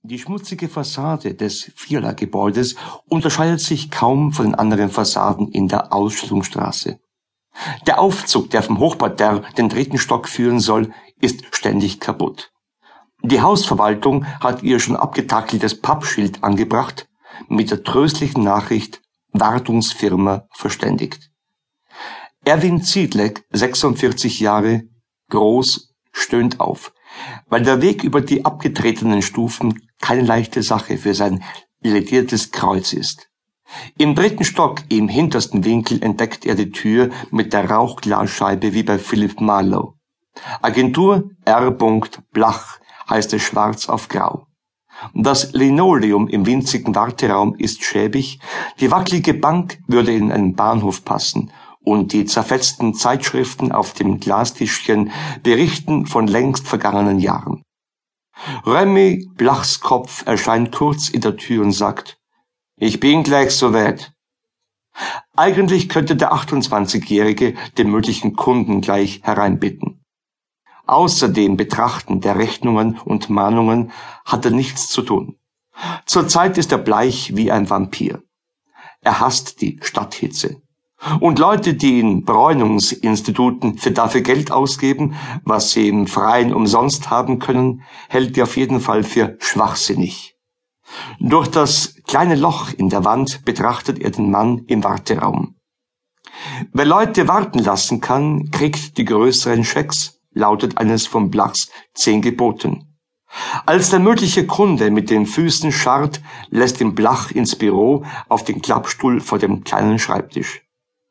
Die schmutzige Fassade des Vierergebäudes unterscheidet sich kaum von den anderen Fassaden in der Ausstellungsstraße. Der Aufzug, der vom Hochparterre den 3. Stock führen soll, ist ständig kaputt. Die Hausverwaltung hat ihr schon abgetakeltes Pappschild angebracht, mit der tröstlichen Nachricht Wartungsfirma verständigt. Erwin Ziedleck, 46 Jahre, groß, stöhnt auf, weil der Weg über die abgetretenen Stufen keine leichte Sache für sein lediertes Kreuz ist. Im 3. Stock, im hintersten Winkel, entdeckt er die Tür mit der Rauchglasscheibe wie bei Philip Marlowe. Agentur R. Blach heißt es schwarz auf grau. Das Linoleum im winzigen Warteraum ist schäbig, die wackelige Bank würde in einen Bahnhof passen und die zerfetzten Zeitschriften auf dem Glastischchen berichten von längst vergangenen Jahren. Remy Blachs Kopf erscheint kurz in der Tür und sagt: »Ich bin gleich soweit.« Eigentlich könnte der 28-Jährige den möglichen Kunden gleich hereinbitten. Außer dem Betrachten der Rechnungen und Mahnungen hat er nichts zu tun. Zurzeit ist er bleich wie ein Vampir. Er hasst die Stadthitze. Und Leute, die in Bräunungsinstituten dafür Geld ausgeben, was sie im Freien umsonst haben können, hält er auf jeden Fall für schwachsinnig. Durch das kleine Loch in der Wand betrachtet er den Mann im Warteraum. Wer Leute warten lassen kann, kriegt die größeren Schecks, lautet eines von Blachs 10 Geboten. Als der mögliche Kunde mit den Füßen scharrt, lässt ihn Blach ins Büro auf den Klappstuhl vor dem kleinen Schreibtisch.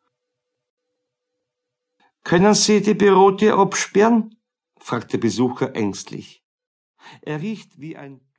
»Können Sie die Bürotür absperren?« fragt der Besucher ängstlich. Er riecht wie ein